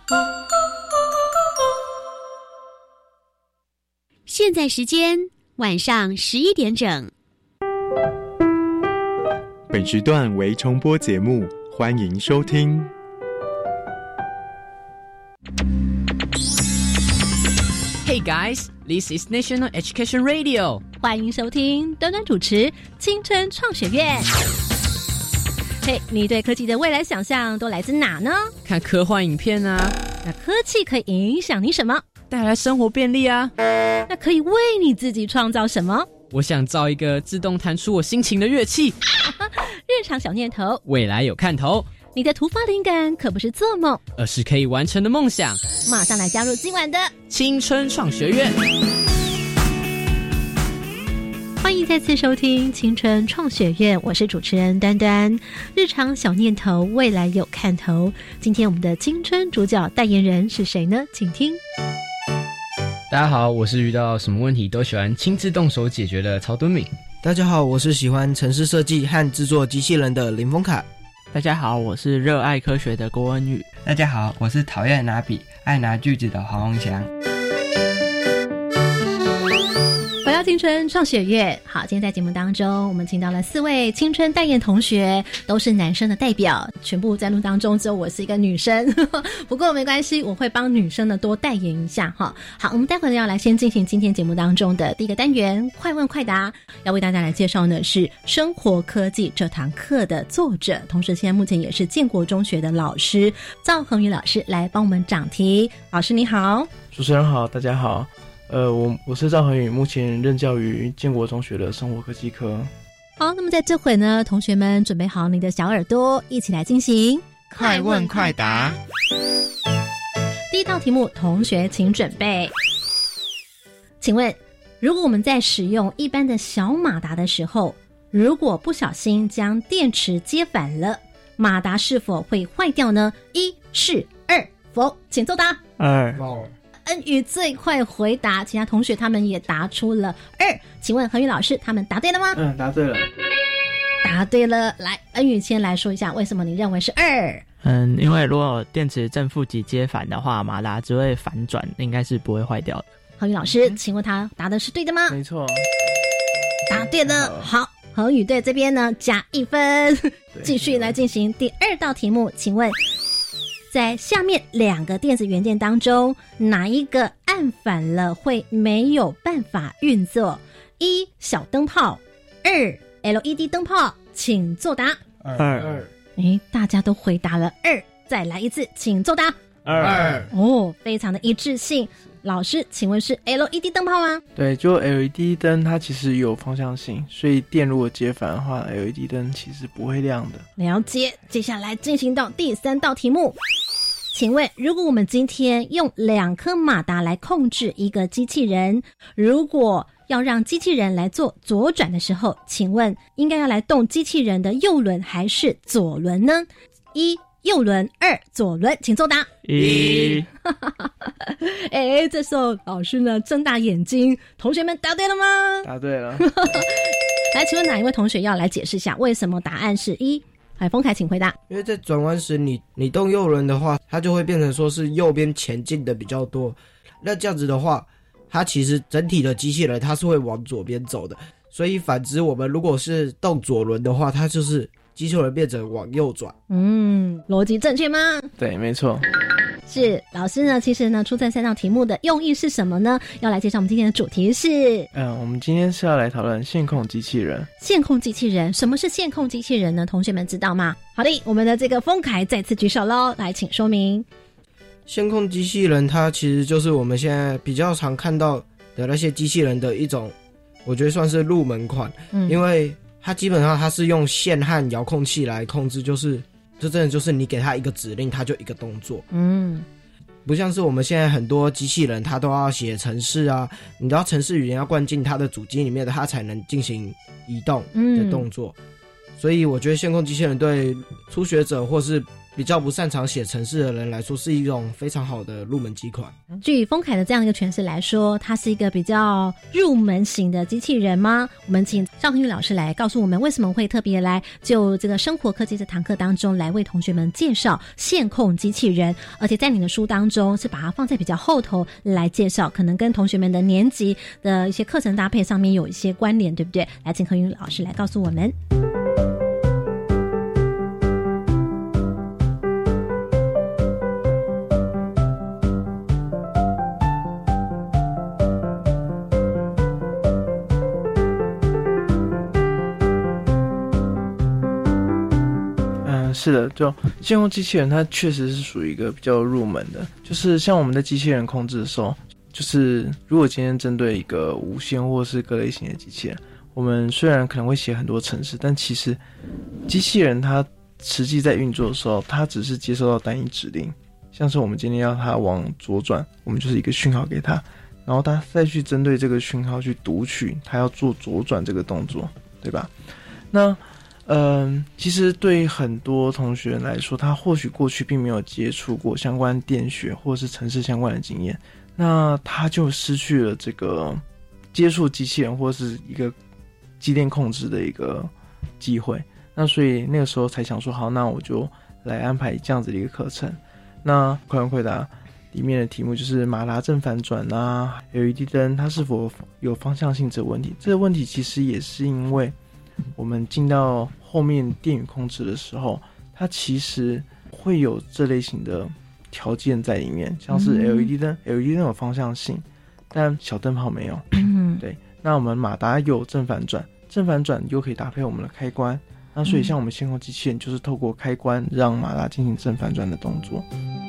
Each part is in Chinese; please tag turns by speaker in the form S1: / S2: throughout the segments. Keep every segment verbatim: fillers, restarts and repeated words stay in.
S1: 现在时间晚上十一点整。
S2: 本时段为重播节目，欢迎收听。
S3: Hey guys, this is National Education Radio.
S4: 欢迎收听端端主持青春创学院。嘿、hey, 你对科技的未来想象都来自哪呢？
S3: 看科幻影片啊。
S4: 那科技可以影响你什么？
S3: 带来生活便利啊。
S4: 那可以为你自己创造什么？
S3: 我想造一个自动弹出我心情的乐器。
S4: 日常小念头，
S3: 未来有看头。
S4: 你的突发灵感可不是做梦，
S3: 而是可以完成的梦想。
S4: 马上来加入今晚的
S3: 青春创学院。
S4: 欢迎再次收听青春创学院，我是主持人端端。日常小念头，未来有看头。今天我们的青春主角代言人是谁呢？请听。
S5: 大家好，我是遇到什么问题都喜欢亲自动手解决的曹敦敏。
S6: 大家好，我是喜欢程式设计和制作机器人的林峰凯。
S7: 大家好，我是热爱科学的郭恩宇。
S8: 大家好，我是讨厌拿笔爱拿锯子的黄宏翔。
S4: 回到青春创学院，好，今天在节目当中我们请到了四位青春代言同学，都是男生的代表，全部在录当中只有我是一个女生不过没关系，我会帮女生呢多代言一下哈。好，我们待会儿要来先进行今天节目当中的第一个单元快问快答，要为大家来介绍呢是生活科技这堂课的作者，同时现在目前也是建国中学的老师赵恒宇老师来帮我们讲题。老师你好。
S7: 主持人好，大家好。呃，我我是赵恒宇，目前任教于建国中学的生活科技科。
S4: 好，那么在这会呢，同学们准备好你的小耳朵，一起来进行
S2: 快问快答。
S4: 第一道题目，同学请准备。请问，如果我们在使用一般的小马达的时候，如果不小心将电池接反了，马达是否会坏掉呢？一是，二否？请作答。
S7: 二。
S4: 恩宇最快回答，其他同学他们也答出了二。请问恒宇老师，他们答对了吗？
S7: 嗯，答对了。
S4: 答对了。来，恩宇先来说一下，为什么你认为是二？
S7: 嗯，因为如果电池正负极接反的话，马达只会反转，应该是不会坏掉的。
S4: 恒宇老师，请问他答的是对的吗？
S7: 没错，
S4: 答对了。好，恒宇队这边呢加一分。继续来进行第二道题目，请问在下面两个电子元件当中，哪一个按反了会没有办法运作？一小灯泡，二 L E D 灯泡，请作答。
S7: 二。
S4: 诶，大家都回答了二，再来一次，请作答。
S7: 二。
S4: 哦，非常的一致性。老师，请问是 L E D 灯泡吗？
S7: 对，就 L E D 灯它其实有方向性，所以电如果接反的话 L E D 灯其实不会亮的。
S4: 了解。接下来进行到第三道题目，请问如果我们今天用两颗马达来控制一个机器人，如果要让机器人来做左转的时候，请问应该要来动机器人的右轮还是左轮呢？一右轮，二左轮，请作答。
S7: 一。
S4: 哎，这时候老师呢睁大眼睛，同学们答对了吗？
S7: 答对了。
S4: 来，请问哪一位同学要来解释一下为什么答案是一？海峰凯请回答。
S6: 因为在转弯时你你动右轮的话，它就会变成说是右边前进的比较多，那这样子的话，它其实整体的机器人它是会往左边走的，所以反之我们如果是动左轮的话，它就是机器人变成往右转。
S4: 嗯，逻辑正确吗？
S7: 对，没错。
S4: 是。老师呢其实呢出这三道题目的用意是什么呢？要来介绍我们今天的主题是
S7: 嗯，我们今天是要来讨论线控机器人。
S4: 线控机器人，什么是线控机器人呢？同学们知道吗？好的，我们的这个峰凯再次举手咯，来请说明。
S6: 线控机器人它其实就是我们现在比较常看到的那些机器人的一种，我觉得算是入门款。嗯，因为它基本上它是用线和遥控器来控制，就是这真的就是你给它一个指令，它就一个动作。嗯，不像是我们现在很多机器人，它都要写程式啊，你都要程式语言要灌进它的主机里面的，它才能进行移动的动作。嗯，所以我觉得线控机器人对初学者或是比较不擅长写程式的人来说，是一种非常好的入门机款。
S4: 据丰凯的这样一个诠释来说，它是一个比较入门型的机器人吗？我们请赵亨玉老师来告诉我们，为什么会特别来就这个生活科技这堂课当中来为同学们介绍线控机器人，而且在你的书当中是把它放在比较后头来介绍，可能跟同学们的年级的一些课程搭配上面有一些关联，对不对？来请亨玉老师来告诉我们。
S7: 是的，就线控机器人它确实是属于一个比较入门的，就是像我们在机器人控制的时候，就是如果今天针对一个无线或是各类型的机器人，我们虽然可能会写很多程式，但其实机器人它实际在运作的时候，它只是接收到单一指令，像是我们今天要它往左转，我们就是一个讯号给它，然后它再去针对这个讯号去读取它要做左转这个动作，对吧？那嗯，其实对于很多同学来说，他或许过去并没有接触过相关电学或是程式相关的经验，那他就失去了这个接触机器人或是一个机电控制的一个机会。那所以那个时候才想说，好，那我就来安排这样子的一个课程。那快问快答里面的题目就是马达正反转啊 ，L E D 灯它是否有方向性这个问题。这个问题其实也是因为我们进到后面电源控制的时候，它其实会有这类型的条件在里面，像是 L E D 灯、嗯、L E D 灯有方向性，但小灯泡没有。嗯，对。那我们马达有正反转，正反转又可以搭配我们的开关，那所以像我们线控机器人就是透过开关让马达进行正反转的动作。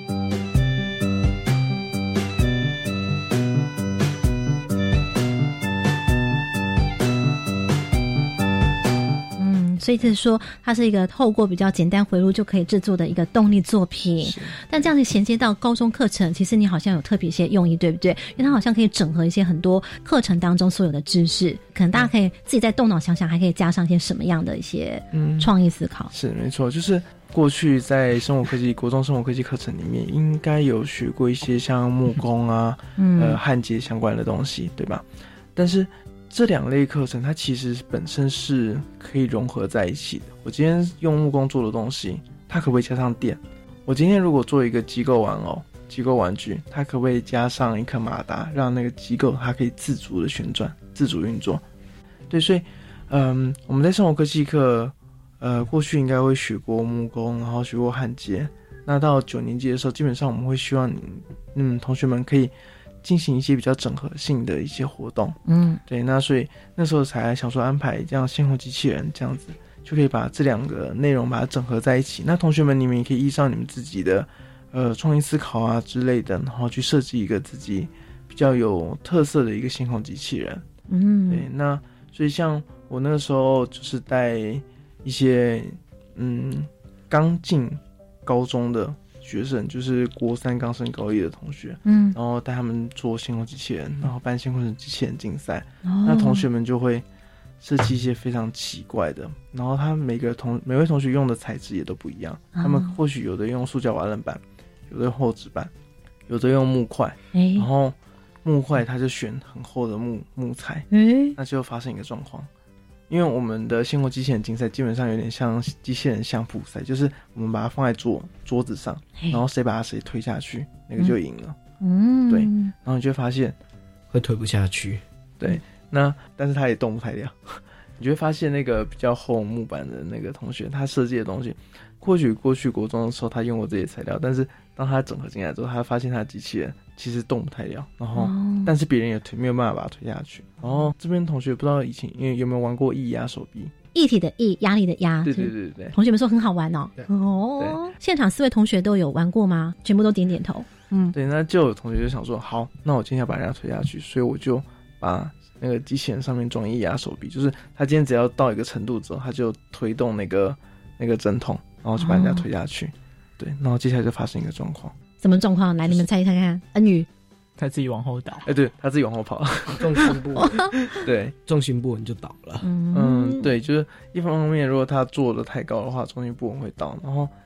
S4: 所以就是说它是一个透过比较简单回路就可以制作的一个动力作品，但这样子衔接到高中课程，其实你好像有特别一些用意，对不对？因为它好像可以整合一些很多课程当中所有的知识，可能大家可以自己再动脑想想，还可以加上一些什么样的一些创意思考。嗯、
S7: 是没错，就是过去在生活科技国中生活科技课程里面应该有学过一些像木工啊、嗯、呃焊接相关的东西，对吧？但是这两类课程它其实本身是可以融合在一起的。我今天用木工做的东西，它可不可以加上电？我今天如果做一个机构玩偶、机构玩具，它可不可以加上一颗马达，让那个机构它可以自主的旋转、自主运作？对，所以嗯，我们在生活科技课呃过去应该会学过木工，然后学过焊接。那到九年级的时候，基本上我们会希望你嗯同学们可以进行一些比较整合性的一些活动，嗯，对，那所以那时候才想说安排这样线控机器人这样子，就可以把这两个内容把它整合在一起。那同学们你们也可以依照你们自己的呃创意思考啊之类的，然后去设计一个自己比较有特色的一个线控机器人，嗯，对，那所以像我那个时候就是带一些嗯刚进高中的学生，就是国三刚升高一的同学，嗯，然后带他们做线控机器人，然后办线控机器人竞赛，哦，那同学们就会设计一些非常奇怪的，然后他每个同每位同学用的材质也都不一样，哦，他们或许有的用塑胶瓦楞板，有的用厚纸板，有的用木块，欸，然后木块他就选很厚的木木材，欸，那就发生一个状况。因为我们的线控机器人竞赛基本上有点像机器人相扑赛，就是我们把它放在桌桌子上，然后谁把它谁推下去，那个就赢了。嗯，对，然后你就会发现
S6: 会推不下去。
S7: 对，那但是它也动不太了。你就会发现那个比较厚木板的那个同学，他设计的东西，或许过去国中的时候他用过这些材料，但是当他整合进来之后，他发现他的机器人其实动不太了，然后，哦，但是别人也推没有办法把它推下去。然后这边同学不知道以前因为有没有玩过液压手臂？
S4: 液体的液，压力的压。
S7: 对对对对，
S4: 同学们说很好玩哦。哦，现场四位同学都有玩过吗？全部都点点头。嗯，
S7: 对，那就有同学就想说，好，那我今天要把人家推下去，所以我就把那个机器人上面装液压手臂，就是他今天只要到一个程度之后，他就推动那个那个针筒，然后就把人家推下去。哦，对，然后接下来就发生一个状况。什
S4: 么状况？来，你们猜一猜看。恩宇，
S5: 他自己往后倒。
S7: 哎，欸，对，他自己往后跑，
S6: 重心不稳。
S7: 对，
S6: 重心不稳就倒了。
S7: 嗯，对，就是一方面，如果他做的太高的话，重心不稳会倒。然后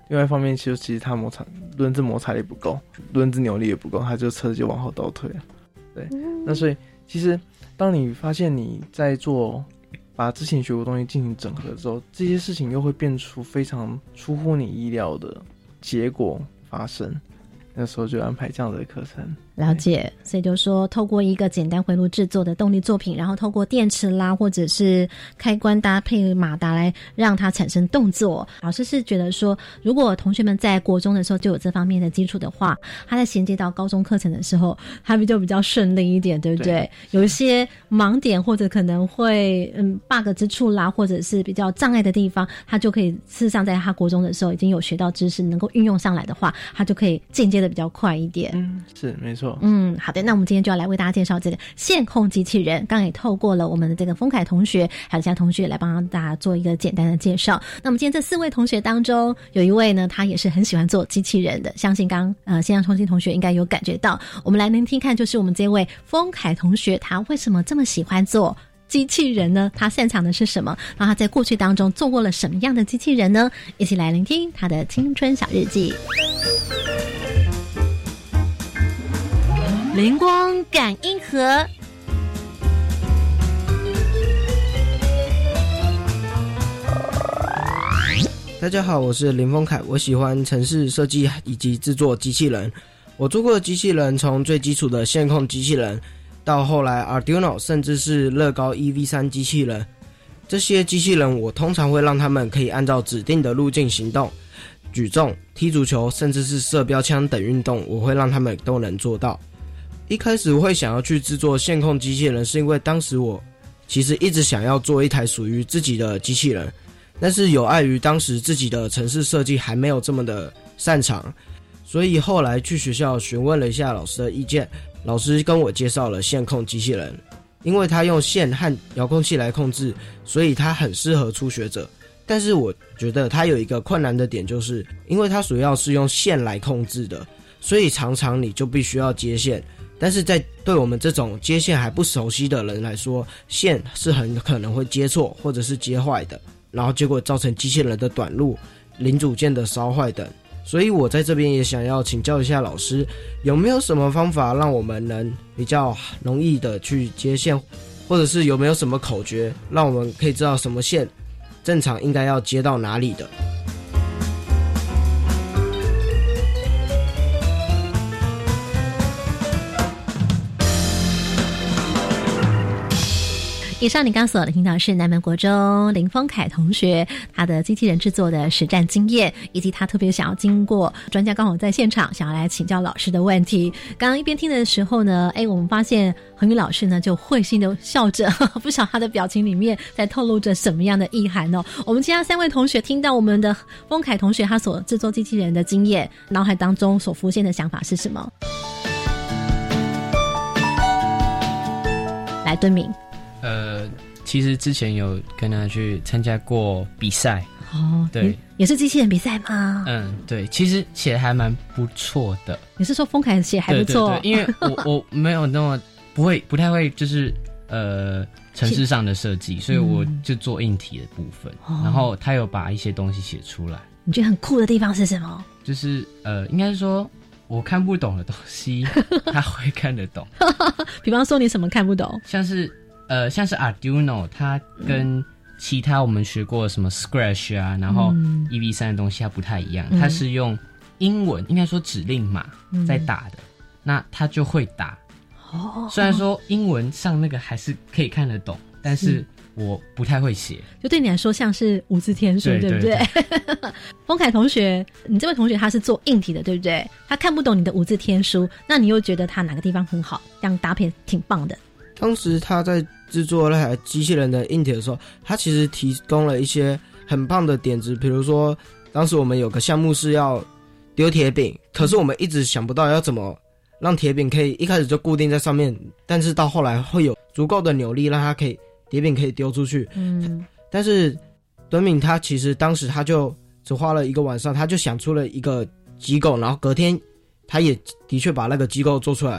S7: 另外一方面其实其实它摩擦轮子摩擦力不够，轮子扭力也不够，它就车子就往后倒退了。对，那所以其实当你发现你在做把之前学过的东西进行整合之后，这些事情又会变出非常出乎你意料的结果发生，那时候就安排这样的课程。
S4: 了解，所以就说透过一个简单回路制作的动力作品，然后透过电池啦或者是开关搭配马达来让它产生动作。老师是觉得说，如果同学们在国中的时候就有这方面的基础的话，他在衔接到高中课程的时候，他们就比较顺利一点，对不对？对，有一些盲点或者可能会嗯 bug 之处啦，或者是比较障碍的地方，他就可以事实上在他国中的时候已经有学到知识，能够运用上来的话，他就可以进阶的比较快一点。
S7: 嗯，是没错。
S4: 嗯，好的，那我们今天就要来为大家介绍这个线控机器人。刚刚也透过了我们的这个丰凯同学还有其他同学来帮大家做一个简单的介绍。那么今天这四位同学当中，有一位呢，他也是很喜欢做机器人的，相信刚呃线上通信同学应该有感觉到。我们来聆听看，就是我们这位丰凯同学，他为什么这么喜欢做机器人呢？他擅长的是什么？然后他在过去当中做过了什么样的机器人呢？一起来聆听他的青春小日记。灵光感应盒。
S6: 大家好，我是林丰凯，我喜欢程式设计以及制作机器人。我做过的机器人从最基础的线控机器人，到后来 Arduino， 甚至是乐高 E V 三 机器人。这些机器人我通常会让他们可以按照指定的路径行动，举重、踢足球，甚至是射标枪等运动，我会让他们都能做到。一开始我会想要去制作线控机器人，是因为当时我其实一直想要做一台属于自己的机器人，但是有碍于当时自己的程式设计还没有这么的擅长，所以后来去学校询问了一下老师的意见，老师跟我介绍了线控机器人。因为它用线和遥控器来控制，所以它很适合初学者。但是我觉得它有一个困难的点，就是因为它主要是用线来控制的，所以常常你就必须要接线。但是在对我们这种接线还不熟悉的人来说，线是很可能会接错或者是接坏的，然后结果造成机器人的短路、零组件的烧坏等。所以我在这边也想要请教一下老师，有没有什么方法让我们能比较容易的去接线，或者是有没有什么口诀让我们可以知道什么线正常应该要接到哪里的。
S4: 以上你刚所听到是南门国中林丰凯同学他的机器人制作的实战经验，以及他特别想要经过专家刚好在现场想要来请教老师的问题。刚刚一边听的时候呢，哎，我们发现恒宇老师呢就会心的笑着，不晓得他的表情里面在透露着什么样的意涵哦。我们其他三位同学听到我们的丰凯同学他所制作机器人的经验，脑海当中所浮现的想法是什么？来，敦明。
S5: 呃，其实之前有跟他去参加过比赛
S4: 哦，
S5: 对，
S4: 也是机器人比赛吗？
S5: 嗯，对，其实写得还蛮不错的。
S4: 你是说丰凯写还不错？
S5: 对对对，因为我我没有那么不会，不太会，就是呃程式上的设计，所以我就做硬体的部分。嗯、然后他有把一些东西写出来。
S4: 你觉得很酷的地方是什么？
S5: 就是呃，应该是说我看不懂的东西，他会看得懂。
S4: 比方说你什么看不懂？
S5: 像是。呃，像是 Arduino， 它跟其他我们学过的什么 Scratch 啊，然后 E V 三 的东西它不太一样，嗯、它是用英文，应该说指令码在打的，嗯、那它就会打。哦，虽然说英文上那个还是可以看得懂，但是我不太会写，
S4: 就对你来说像是无字天书，对, 对不对？丰凯同学，你这位同学他是做硬体的，对不对？他看不懂你的无字天书，那你又觉得他哪个地方很好，这样搭配挺棒的。
S6: 当时他在制作那台机器人的硬体的时候，他其实提供了一些很棒的点子，比如说当时我们有个项目是要丢铁饼，可是我们一直想不到要怎么让铁饼可以一开始就固定在上面，但是到后来会有足够的扭力让它可以铁饼可以丢出去。嗯，但是敦敏他其实当时他就只花了一个晚上，他就想出了一个机构，然后隔天他也的确把那个机构做出来了。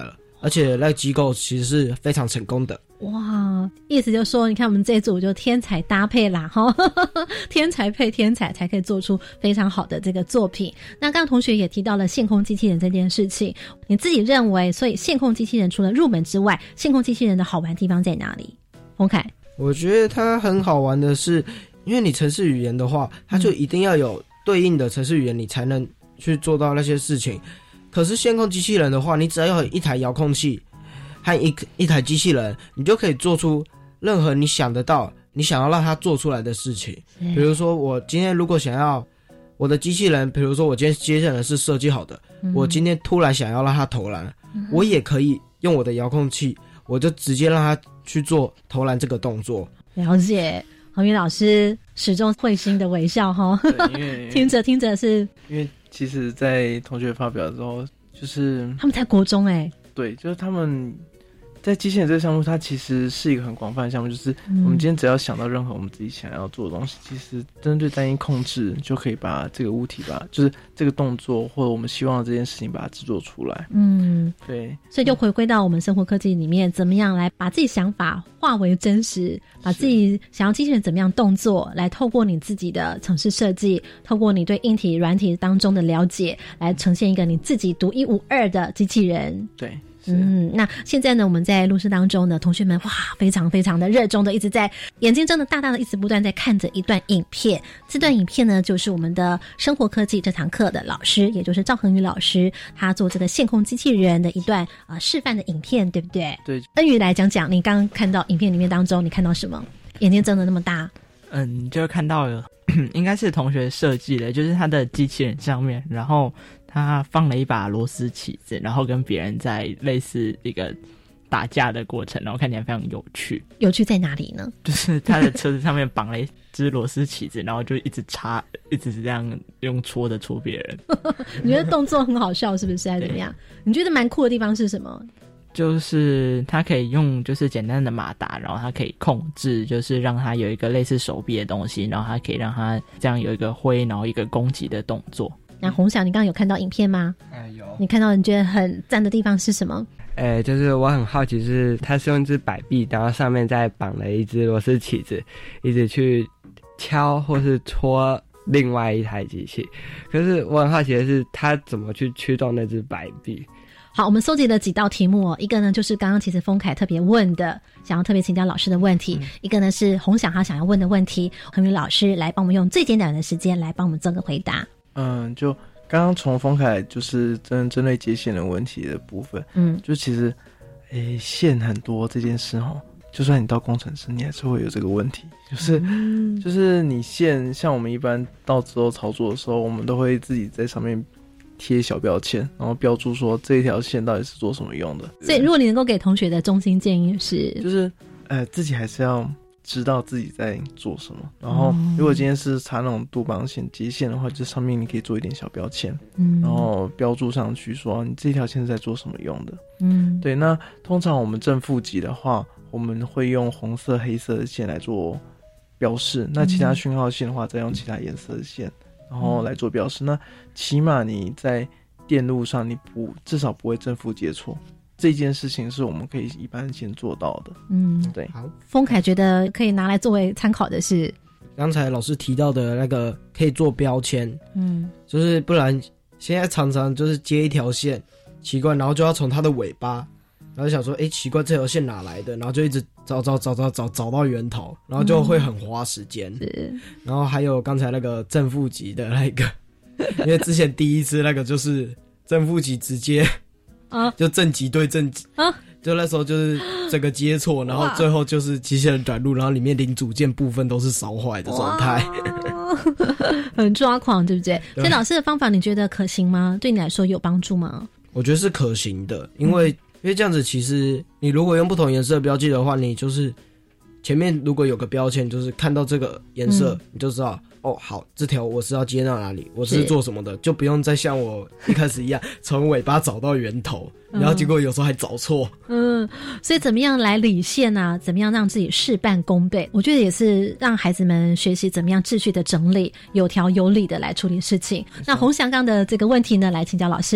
S6: 而且那个机构其实是非常成功的。
S4: 哇，意思就是说，你看我们这一组就天才搭配啦，哈，天才配天才才可以做出非常好的这个作品。那刚刚同学也提到了线控机器人这件事情，你自己认为，所以线控机器人除了入门之外，线控机器人的好玩地方在哪里？洪凯，
S6: 我觉得它很好玩的是，因为你程式语言的话，它就一定要有对应的程式语言，你才能去做到那些事情。可是线控机器人的话，你只要有一台遥控器和一一台机器人，你就可以做出任何你想得到你想要让它做出来的事情。比如说我今天如果想要我的机器人，比如说我今天机器人是设计好的、嗯、我今天突然想要让它投篮、嗯、我也可以用我的遥控器，我就直接让它去做投篮这个动作。
S4: 了解，洪宇老师始终会心的微笑哈，听着听着是
S7: 因为其实在同学发表的时候，就是
S4: 他们才国中哎、欸，
S7: 对，就是他们在机器人这个项目，它其实是一个很广泛的项目，就是我们今天只要想到任何我们自己想要做的东西，其实针对单一控制就可以把这个物体吧，就是这个动作或者我们希望的这件事情把它制作出来。嗯，对，
S4: 所以就回归到我们生活科技里面，怎么样来把自己想法化为真实，把自己想要机器人怎么样动作，来透过你自己的程式设计，透过你对硬体软体当中的了解，来呈现一个你自己独一无二的机器人。
S7: 对。
S4: 嗯，那现在呢，我们在录室当中呢，同学们哇，非常非常的热衷的，一直在眼睛睁得大大的，一直不断在看着一段影片。这段影片呢，就是我们的生活科技这堂课的老师，也就是赵恒宇老师，他做这个线控机器人的一段呃示范的影片，对不对？
S7: 对。
S4: 恩宇来讲讲，你刚刚看到影片里面当中，你看到什么？眼睛睁得那么大？
S9: 嗯，就看到了，应该是同学设计的，就是他的机器人上面，然后他放了一把螺丝起子，然后跟别人在类似一个打架的过程，然后看起来非常有趣。
S4: 有趣在哪里呢？
S9: 就是他的车子上面绑了一只螺丝起子，然后就一直插，一直这样用戳的戳别人。
S4: 你觉得动作很好笑是不是？还是怎么样？你觉得蛮酷的地方是什么？
S9: 就是它可以用就是简单的马达，然后它可以控制，就是让它有一个类似手臂的东西，然后它可以让它这样有一个挥，然后一个攻击的动作。
S4: 那洪晓，你刚刚有看到影片吗？
S8: 哎，有。
S4: 你看到你觉得很赞的地方是什么？
S8: 哎，就是我很好奇，是它是用一只摆臂，然后上面再绑了一只螺丝起子，一直去敲或是戳另外一台机器。可是我很好奇的是，它怎么去驱动那只摆臂？
S4: 好，我们搜集了几道题目哦，一个呢就是刚刚其实丰凯特别问的，想要特别请教老师的问题，嗯、一个呢是洪晓他想要问的问题，恒宇老师来帮我们用最简短的时间来帮我们做个回答。
S7: 嗯，就刚刚从丰凯就是针针对接线的问题的部分，嗯，就其实，诶，线很多这件事哦，就算你到工程师，你还是会有这个问题，就是、嗯、就是你线，像我们一般到之后操作的时候，我们都会自己在上面贴小标签，然后标注说这一条线到底是做什么用的。
S4: 所以如果你能够给同学的中心建议是，
S7: 就是呃自己还是要知道自己在做什么，然后如果今天是插那种杜邦线接线的话，就上面你可以做一点小标签，嗯，然后标注上去说你这条线是在做什么用的。嗯，对。那通常我们正负极的话，我们会用红色黑色的线来做标示，那其他讯号线的话再用其他颜色的线然后来做标示，那起码你在电路上你不至少不会正负接错，这件事情是我们可以一般先做到的。嗯，对。
S4: 好，丰凯觉得可以拿来作为参考的是
S6: 刚才老师提到的那个可以做标签，嗯，就是不然现在常常就是接一条线奇怪，然后就要从它的尾巴，然后想说哎奇怪这条线哪来的，然后就一直找找找找找找到源头，然后就会很花时间、嗯、然后还有刚才那个正负极的那个因为之前第一次那个就是正负极直接啊，就正极对正极啊，就那时候就是这个接错，然后最后就是机器人短路，然后里面零组件部分都是烧坏的状态
S4: 很抓狂对不对？所以老师的方法你觉得可行吗？对你来说有帮助吗？
S6: 我觉得是可行的，因为、嗯因为这样子其实你如果用不同颜色的标记的话，你就是前面如果有个标签，就是看到这个颜色、嗯、你就知道哦好这条我是要接到哪里，我是做什么的，就不用再像我一开始一样从尾巴找到源头、嗯、然后结果有时候还找错。
S4: 嗯，所以怎么样来理线啊，怎么样让自己事半功倍，我觉得也是让孩子们学习怎么样秩序的整理，有条有理的来处理事情。那洪翔刚的这个问题呢，来请教老师。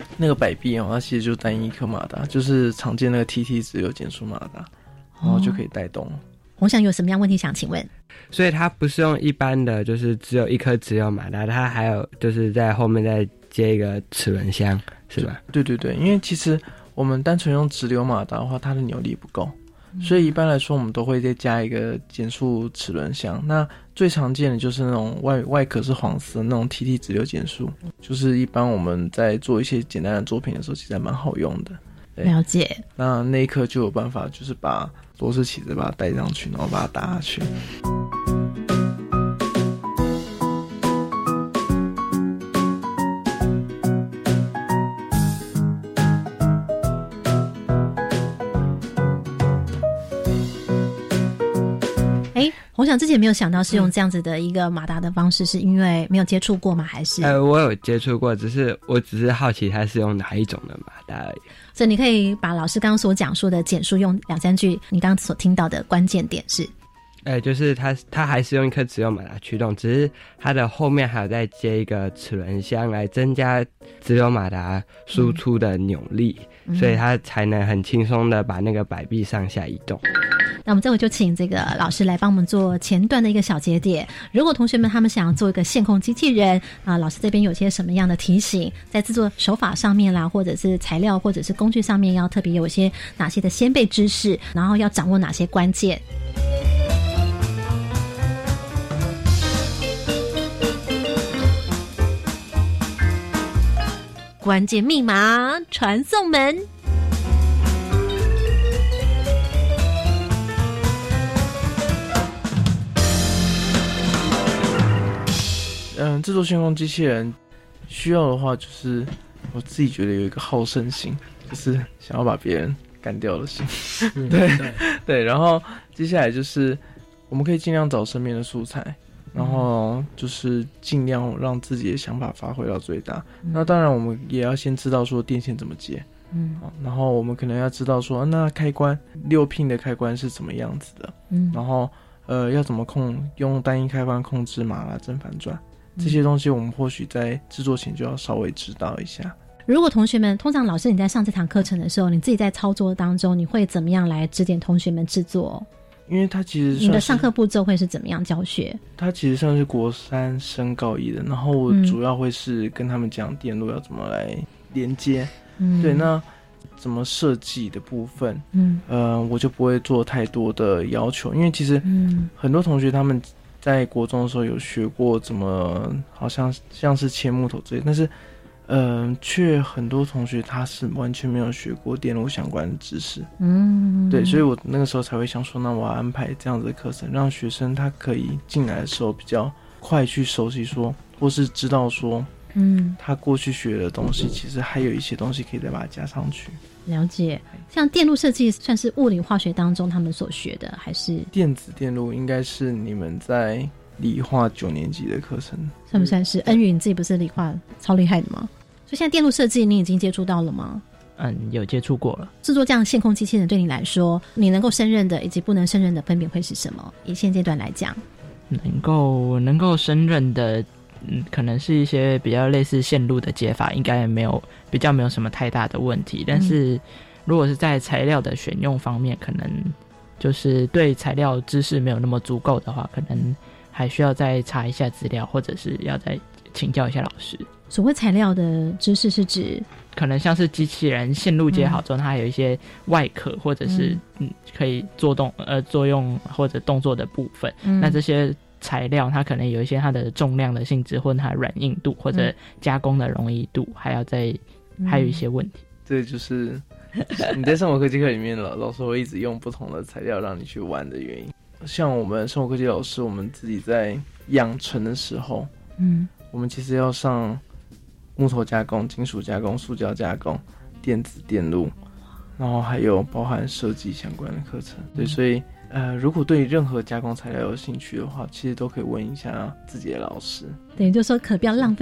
S7: 那个摆臂哦，它其实就单一颗马达，就是常见那个 T T 直流减速马达，然后就可以带动。
S4: 洪翔有什么样问题想请问？
S8: 所以它不是用一般的，就是只有一颗直流马达，它还有就是在后面再接一个齿轮箱，是吧？
S7: 对对对，因为其实我们单纯用直流马达的话，它的扭力不够。所以一般来说我们都会再加一个减速齿轮箱，那最常见的就是那种外外壳是黄色那种 T T 直流减速，就是一般我们在做一些简单的作品的时候其实还蛮好用的。
S4: 了解。
S7: 那那一颗就有办法就是把螺丝起子把它带上去，然后把它打下去。
S4: 我想之前没有想到是用这样子的一个马达的方式，是因为没有接触过吗？还是？
S8: 呃，我有接触过，只是我只是好奇它是用哪一种的马达而已。
S4: 所以你可以把老师刚刚所讲述的简述用两三句，你刚刚所听到的关键点是？
S8: 呃，就是它它还是用一颗直流马达驱动，只是它的后面还有再接一个齿轮箱来增加直流马达输出的扭力，嗯、所以它才能很轻松的把那个摆臂上下移动。
S4: 那我们这会就请这个老师来帮我们做前段的一个小节点。如果同学们他们想要做一个线控机器人啊，老师这边有些什么样的提醒，在制作手法上面啦，或者是材料或者是工具上面要特别有一些哪些的先辈知识，然后要掌握哪些关键。关键密码传送门。
S7: 嗯，制作线控机器人需要的话，就是我自己觉得有一个好胜心，就是想要把别人干掉的心。
S6: 嗯、
S7: 对
S6: 对,
S7: 对，然后接下来就是我们可以尽量找身边的素材，然后就是尽量让自己的想法发挥到最大。嗯、那当然，我们也要先知道说电线怎么接。嗯，然后我们可能要知道说，那开关六 pin 的开关是怎么样子的。嗯，然后呃，要怎么控用单一开关控制马达正反转。这些东西我们或许在制作前就要稍微知道一下。
S4: 如果同学们，通常老师你在上这堂课程的时候，你自己在操作当中，你会怎么样来指点同学们制作？
S7: 因为它其实
S4: 你的上课步骤会是怎么样教学？
S7: 它其实算是国三升高一的，然后我主要会是跟他们讲电路要怎么来连接。嗯，对，那怎么设计的部分，嗯，呃，我就不会做太多的要求，因为其实很多同学他们在国中的时候有学过怎么好像像是切木头之类，但是呃，却很多同学他是完全没有学过电路相关的知识。嗯，对，所以我那个时候才会想说，那我要安排这样子的课程，让学生他可以进来的时候比较快去熟悉说，或是知道说，嗯，他过去学的东西其实还有一些东西可以再把它加上去。
S4: 了解。像电路设计算是物理化学当中他们所学的，还是
S7: 电子电路应该是你们在理化九年级的课程？
S4: 算不算是？恩宇你自己不是理化超厉害的吗？所以现在电路设计你已经接触到了吗？
S9: 嗯，有接触过了。制
S4: 作这样线控机器人对你来说，你能够胜任的以及不能胜任的分别会是什么？以现阶段来讲，
S9: 能够能够胜任的嗯，可能是一些比较类似线路的解法，应该也没有比较没有什么太大的问题。但是如果是在材料的选用方面，可能就是对材料知识没有那么足够的话，可能还需要再查一下资料，或者是要再请教一下老师。
S4: 所谓材料的知识是指
S9: 可能像是机器人线路接好之后，嗯、它还有一些外壳或者是嗯可以做动呃作用或者动作的部分。嗯、那这些材料它可能有一些它的重量的性质，或者它的软硬度，或者加工的容易度，还要再还有一些问题。
S7: 这就是你在生活科技课里面老老师会一直用不同的材料让你去玩的原因。像我们生活科技老师，我们自己在养成的时候，嗯，我们其实要上木头加工、金属加工、塑胶加工、电子电路，然后还有包含设计相关的课程。对，所以呃，如果对任何加工材料有兴趣的话，其实都可以问一下自己的老师。
S4: 等于就是说，可不要浪费了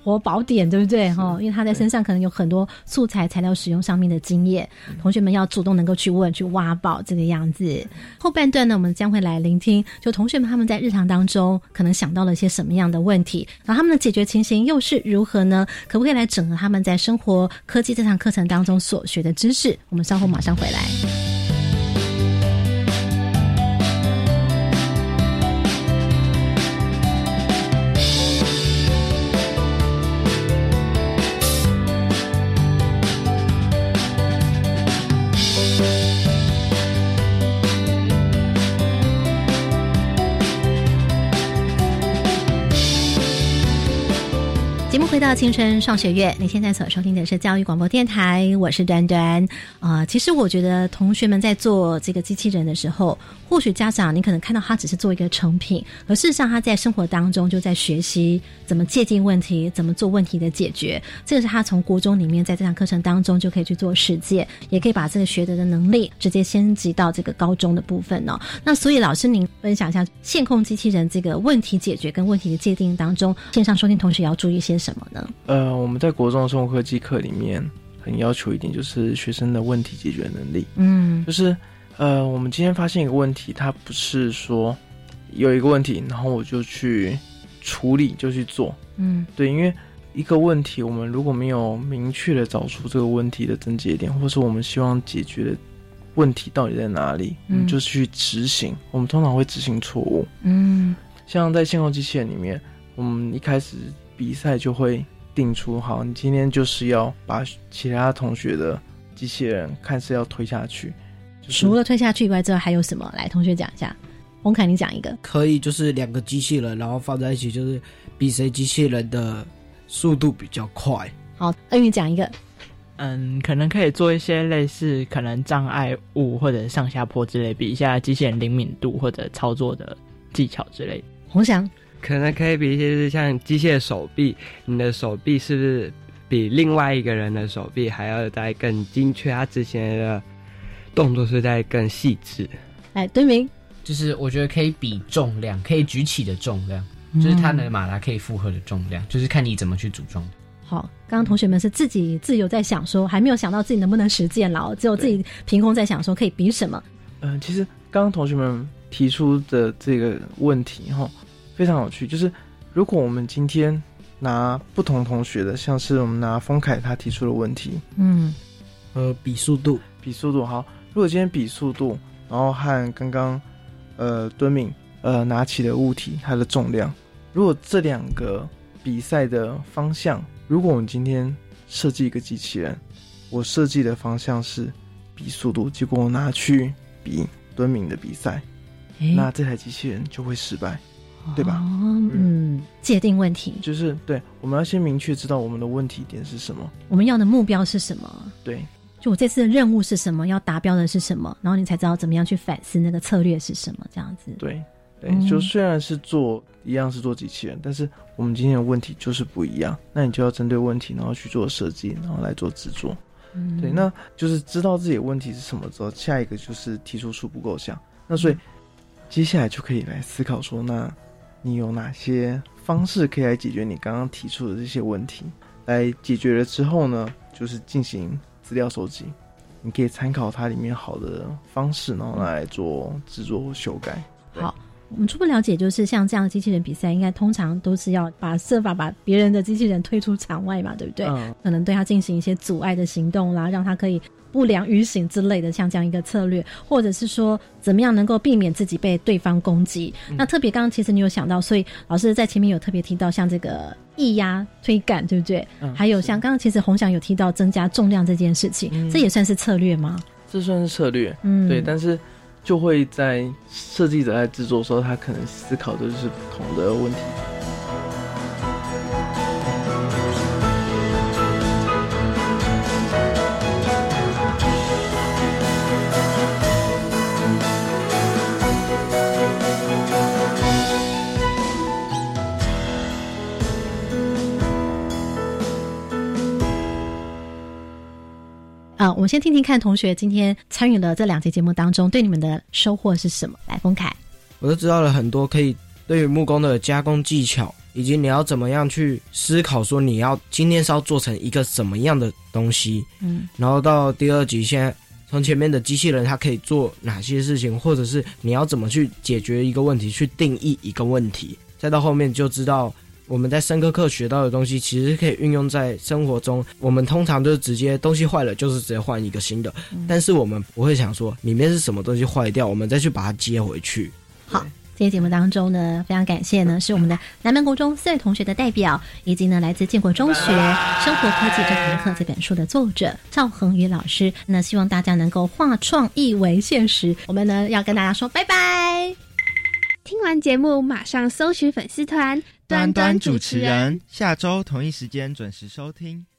S4: 活宝典，对不对？哈，因为他在身上可能有很多素材材料使用上面的经验，同学们要主动能够去问、去挖宝这个样子。后半段呢，我们将会来聆听，就同学们他们在日常当中可能想到了一些什么样的问题，然后他们的解决情形又是如何呢？可不可以来整合他们在生活科技这堂课程当中所学的知识？我们稍后马上回来。回到青春创学院，你现在所收听的是教育广播电台，我是端端。呃，其实我觉得同学们在做这个机器人的时候，或许家长你可能看到他只是做一个成品，而事实上他在生活当中就在学习怎么界定问题，怎么做问题的解决。这个是他从国中里面在这堂课程当中就可以去做实践，也可以把这个学得的能力直接升级到这个高中的部分哦。那所以老师您分享一下线控机器人这个问题解决跟问题的界定当中，线上收听同学要注意些什么呢？
S7: 呃，我们在国中的生活科技课里面很要求一点，就是学生的问题解决能力。嗯，就是呃，我们今天发现一个问题，它不是说有一个问题，然后我就去处理就去做。嗯，对，因为一个问题，我们如果没有明确的找出这个问题的症结点，或是我们希望解决的问题到底在哪里，嗯，我们就去执行。我们通常会执行错误。嗯，像在线控机器人里面，我们一开始比赛就会定出，好，你今天就是要把其他同学的机器人看是要推下去，就是、
S4: 除了推下去以外之后还有什么？来，同学讲一下。洪凯，你讲一个。
S6: 可以，就是两个机器人，然后放在一起，就是比谁机器人的速度比较快。
S4: 好，恩宇讲一个。
S9: 嗯，可能可以做一些类似可能障碍物或者上下坡之类，比一下机器人灵敏度或者操作的技巧之类的。
S4: 洪翔。
S8: 可能可以比一些是像机械手臂，你的手臂是不是比另外一个人的手臂还要再更精确，他之前的动作是在更细致。
S4: 来，敦明，
S5: 就是我觉得可以比重量，可以举起的重量，嗯、就是它的马达可以负荷的重量，就是看你怎么去组装。
S4: 好，刚刚同学们是自己自由在想说，还没有想到自己能不能实践了，只有自己凭空在想说可以比什么。
S7: 嗯、呃，其实刚刚同学们提出的这个问题哈。非常有趣，就是如果我们今天拿不同同学的，像是我们拿丰凯他提出的问题，嗯，
S6: 呃，比速度，
S7: 比速度好。如果今天比速度，然后和刚刚呃敦敏呃拿起的物体它的重量，如果这两个比赛的方向，如果我们今天设计一个机器人，我设计的方向是比速度，结果我拿去比敦敏的比赛，那这台机器人就会失败。对吧？
S4: 哦，嗯，界定问题
S7: 就是对，我们要先明确知道我们的问题点是什么，
S4: 我们要的目标是什么。
S7: 对，
S4: 就我这次的任务是什么，要达标的是什么，然后你才知道怎么样去反思那个策略是什么，这样子。
S7: 对，对，嗯、就虽然是做一样是做机器人，但是我们今天的问题就是不一样，那你就要针对问题，然后去做设计，然后来做制作。嗯，对，那就是知道自己的问题是什么之后，下一个就是提出初步构想。那所以、嗯、接下来就可以来思考说，那你有哪些方式可以来解决你刚刚提出的这些问题？来解决了之后呢，就是进行资料收集，你可以参考它里面好的方式，然后来做制作或修改。
S4: 好，我们初步了解，就是像这样的机器人比赛，应该通常都是要把设法把别人的机器人推出场外嘛，对不对？嗯、可能对他进行一些阻碍的行动啦，让他可以不良于行之类的，像这样一个策略，或者是说怎么样能够避免自己被对方攻击。嗯、那特别刚刚其实你有想到，所以老师在前面有特别提到像这个液压推杆，对不对？嗯、还有像刚刚其实洪翔有提到增加重量这件事情，嗯、这也算是策略吗？
S7: 这算是策略，嗯，对，但是就会在设计者在制作的时候，他可能思考的就是不同的问题。
S4: 啊，我们先听听看同学今天参与了这两节节目当中，对你们的收获是什么？来，丰凯，
S6: 我都知道了很多可以对于木工的加工技巧， 以及你要怎么样去思考说你要今天是要做成一个什么样的东西。嗯，然后到第二集，现在从前面的机器人它可以做哪些事情，或者是你要怎么去解决一个问题，去定义一个问题，再到后面就知道我们在生科课学到的东西其实可以运用在生活中。我们通常就是直接东西坏了就是直接换一个新的、嗯、但是我们不会想说里面是什么东西坏掉，我们再去把它接回去。
S4: 好，今天节目当中呢，非常感谢呢是我们的南门国中四位同学的代表，以及呢来自建国中学生活科技这堂课这本书的作者赵恒宇老师。那希望大家能够化创意为现实。我们呢要跟大家说拜拜。
S10: 听完节目马上搜寻粉丝团
S11: 端端主持人，下周同一时间准时收听。